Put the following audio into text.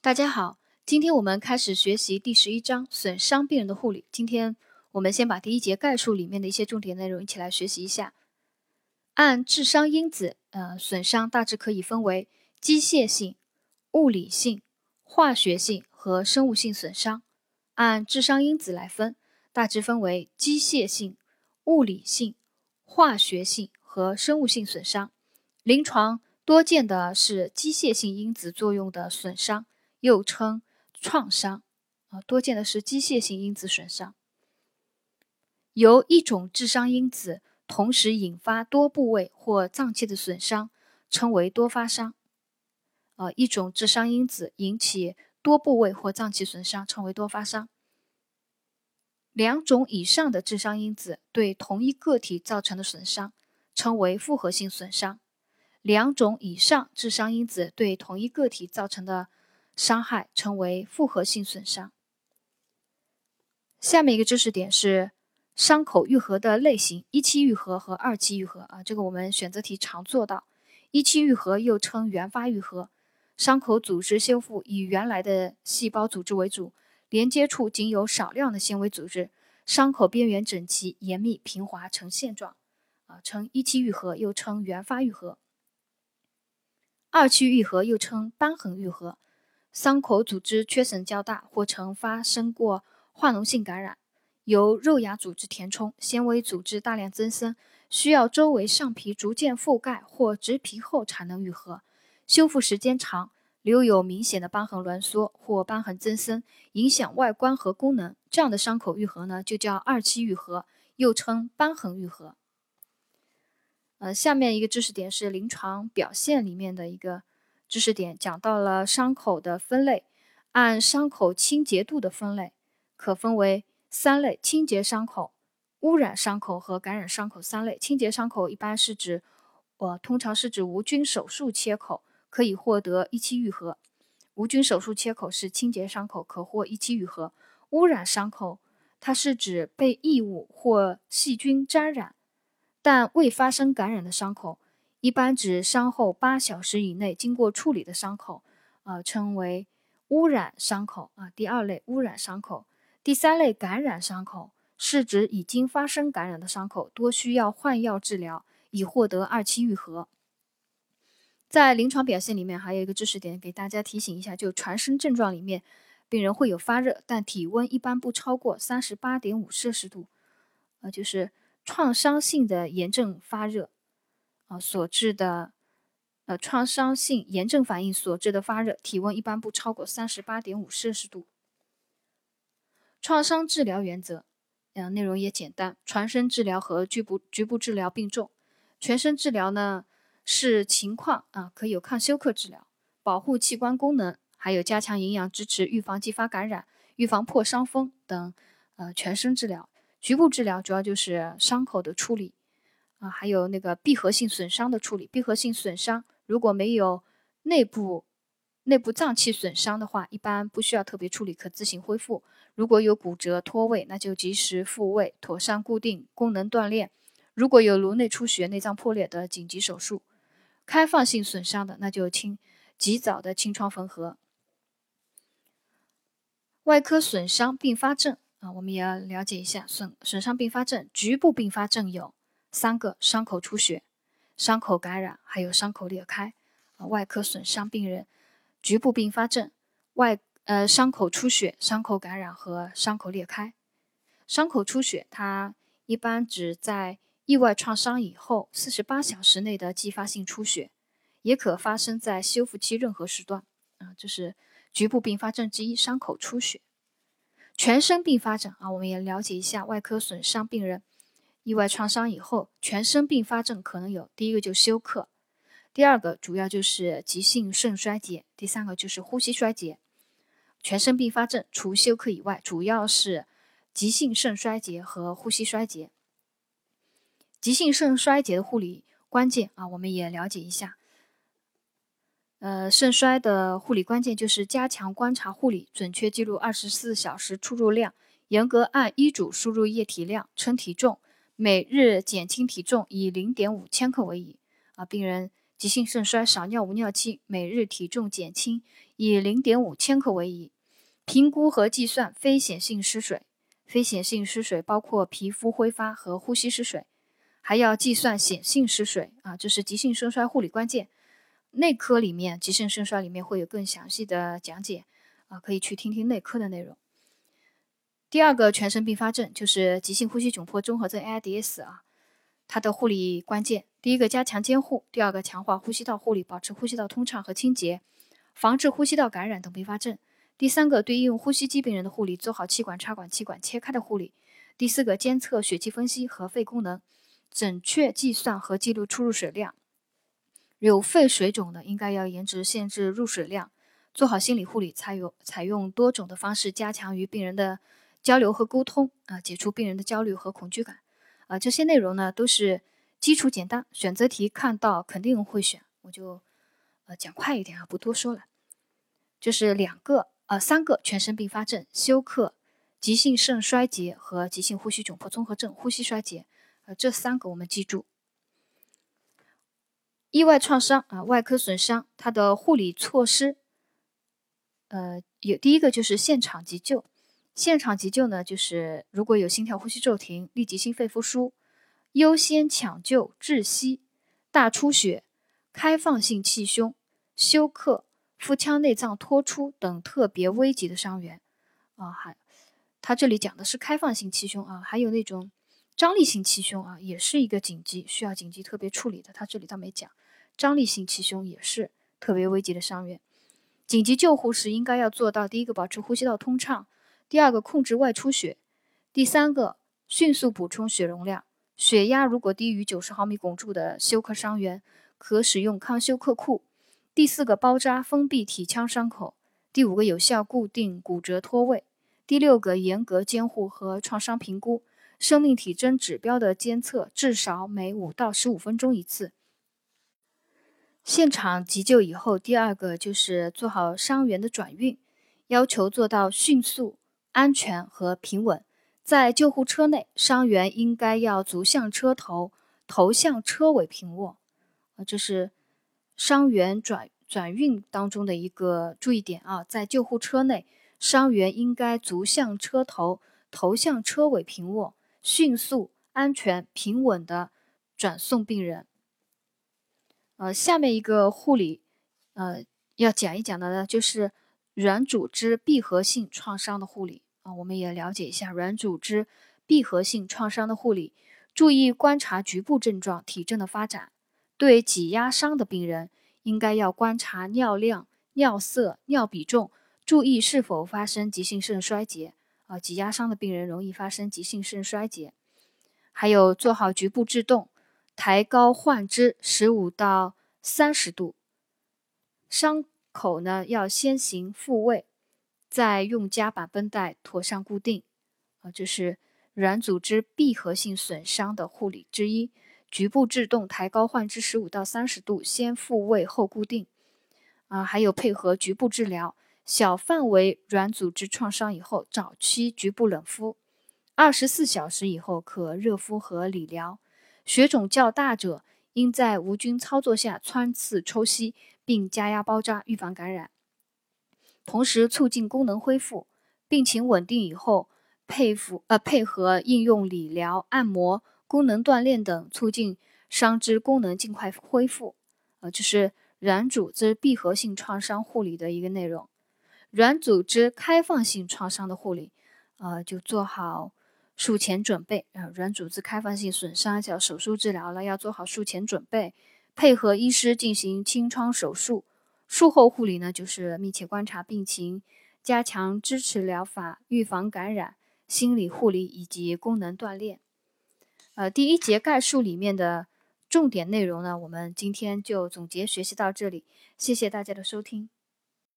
大家好，今天我们开始学习第11章损伤病人的护理。今天我们先把第一节概述里面的一些重点内容一起来学习一下。按致伤因子，损伤大致可以分为机械性、物理性、化学性和生物性损伤。按致伤因子来分，大致分为机械性、物理性、化学性和生物性损伤。临床多见的是机械性因子作用的损伤，又称创伤，多见的是机械性因子损伤。由一种致伤因子同时引发多部位或脏器的损伤，称为多发伤。一种致伤因子引起多部位或脏器损伤，称为多发伤。两种以上的致伤因子对同一个体造成的损伤，称为复合性损伤。两种以上致伤因子对同一个体造成的伤害称为复合性损伤。下面一个知识点是伤口愈合的类型，一期愈合和二期愈合这个我们选择题常做到。一期愈合又称原发愈合，伤口组织修复以原来的细胞组织为主，连接处仅有少量的纤维组织，伤口边缘整齐、严密、平滑呈线状，称一期愈合，又称原发愈合。二期愈合又称瘢痕愈合，伤口组织缺损较大，或曾发生过化脓性感染，由肉芽组织填充，纤维组织大量增生，需要周围上皮逐渐覆盖或植皮后才能愈合，修复时间长，留有明显的瘢痕挛缩或瘢痕增生，影响外观和功能，这样的伤口愈合呢，就叫二期愈合，又称瘢痕愈合。下面一个知识点是临床表现里面的一个知识点，讲到了伤口的分类。按伤口清洁度的分类，可分为三类：清洁伤口、污染伤口和感染伤口三类。清洁伤口一般是指通常是指无菌手术切口，可以获得一期愈合。无菌手术切口是清洁伤口，可获一期愈合。污染伤口，它是指被异物或细菌沾染但未发生感染的伤口，一般指伤后8小时以内经过处理的伤口，称为污染伤口第二类污染伤口。第三类感染伤口是指已经发生感染的伤口，多需要换药治疗以获得二期愈合。在临床表现里面还有一个知识点给大家提醒一下，就全身症状里面，病人会有发热，但体温一般不超过38.5摄氏度，就是创伤性的炎症发热所致的创伤性炎症反应所致的发热，体温一般不超过38.5摄氏度。创伤治疗原则，内容也简单，全身治疗和局部治疗并重。全身治疗呢视情况可以有抗休克治疗，保护器官功能，还有加强营养支持，预防继发感染，预防破伤风等全身治疗。局部治疗主要就是伤口的处理还有那个闭合性损伤的处理。闭合性损伤如果没有内部脏器损伤的话，一般不需要特别处理，可自行恢复。如果有骨折脱位，那就及时复位，妥善固定，功能锻炼。如果有颅内出血、内脏破裂的紧急手术。开放性损伤的，那就及早的清创缝合。外科损伤并发症我们也要了解一下损伤并发症。局部并发症有3个：伤口出血、伤口感染，还有伤口裂开。外科损伤病人局部并发症伤口出血、伤口感染和伤口裂开。伤口出血它一般指在意外创伤以后48小时内的继发性出血，也可发生在修复期任何时段这是局部并发症之一，伤口出血。全身并发症我们也了解一下外科损伤病人意外创伤以后全身并发症可能有：第一个就休克，第二个主要就是急性肾衰竭，第三个就是呼吸衰竭。全身并发症除休克以外，主要是急性肾衰竭和呼吸衰竭。急性肾衰竭的护理关键我们也了解一下。肾衰的护理关键就是加强观察护理，准确记录24小时出入量，严格按医嘱输入液体量，称体重，每日减轻体重以0.5千克为宜病人急性肾衰、少尿无尿期，每日体重减轻，以0.5千克为宜。评估和计算非显性失水，非显性失水包括皮肤挥发和呼吸失水，还要计算显性失水啊，这是急性肾衰护理关键。内科里面急性肾衰里面会有更详细的讲解啊，可以去听听内科的内容。第二个全身并发症就是急性呼吸窘迫综合症 AIDS 啊，它的护理关键，第一个加强监护，第二个强化呼吸道护理，保持呼吸道通畅和清洁，防治呼吸道感染等并发症。第三个对应用呼吸机病人的护理，做好气管插管、气管切开的护理。第四个监测血气分析和肺功能，准确计算和记录出入水量。有肺水肿的应该要严值限制入水量，做好心理护理，采用多种的方式加强与病人的交流和沟通啊，解除病人的焦虑和恐惧感啊。这些内容呢都是基础简单，选择题看到肯定会选，我就讲快一点啊，不多说了。就是3个全身并发症：休克、急性肾衰竭和急性呼吸窘迫综合症、呼吸衰竭。这3个我们记住。意外创伤啊，外科损伤，它的护理措施，第一个就是现场急救。现场急救呢，就是如果有心跳呼吸骤停、立即性肺复苏，优先抢救窒息、大出血、开放性气胸、休克、腹腔内脏脱出等特别危急的伤员啊。他这里讲的是开放性气胸啊，还有那种张力性气胸啊，也是一个需要紧急特别处理的。他这里倒没讲，张力性气胸也是特别危急的伤员。紧急救护时应该要做到：第一个，保持呼吸道通畅；第二个，控制外出血；第三个，迅速补充血容量。血压如果低于90毫米汞柱的休克伤员，可使用抗休克库。第四个，包扎封闭体腔伤口。第五个，有效固定骨折脱位。第六个，严格监护和创伤评估，生命体征指标的监测至少每5到15分钟一次。现场急救以后，第二个就是做好伤员的转运，要求做到迅速、安全和平稳。在救护车内，伤员应该要足向车头，头向车尾平卧。这是伤员转运当中的一个注意点啊，在救护车内，伤员应该足向车头，头向车尾平卧，迅速、安全、平稳地转送病人。下面一个护理，要讲一讲的呢，就是软组织闭合性创伤的护理啊。我们也了解一下软组织闭合性创伤的护理，注意观察局部症状、体征的发展。对挤压伤的病人，应该要观察尿量、尿色、尿比重，注意是否发生急性肾衰竭啊。挤压伤的病人容易发生急性肾衰竭。还有做好局部制动。抬高患肢15到30度，伤口呢要先行复位，再用夹板绷带妥善固定。这是软组织闭合性损伤的护理之一。局部制动，抬高患肢15到30度，先复位后固定。还有配合局部治疗，小范围软组织创伤以后，早期局部冷敷，24小时以后可热敷和理疗。血肿较大者，应在无菌操作下穿刺抽吸，并加压包扎，预防感染。同时促进功能恢复，病情稳定以后，配合应用理疗、按摩、功能锻炼等，促进伤肢功能尽快恢复。这是软组织闭合性创伤护理的一个内容。软组织开放性创伤的护理，就做好术前准备软组织开放性损伤叫手术治疗了，要做好术前准备，配合医师进行清创手术。术后护理呢，就是密切观察病情，加强支持疗法，预防感染，心理护理以及功能锻炼。第一节概述里面的重点内容呢，我们今天就总结学习到这里，谢谢大家的收听。